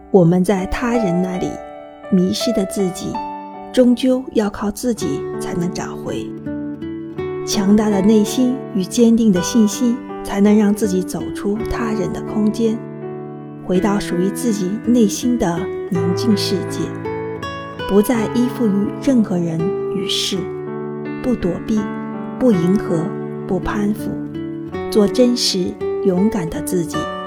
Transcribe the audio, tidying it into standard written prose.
我们在他人那里迷失的自己，终究要靠自己才能找回。强大的内心与坚定的信心，才能让自己走出他人的空间，回到属于自己内心的宁静世界，不再依附于任何人与事，不躲避，不迎合，不攀附，做真实勇敢的自己。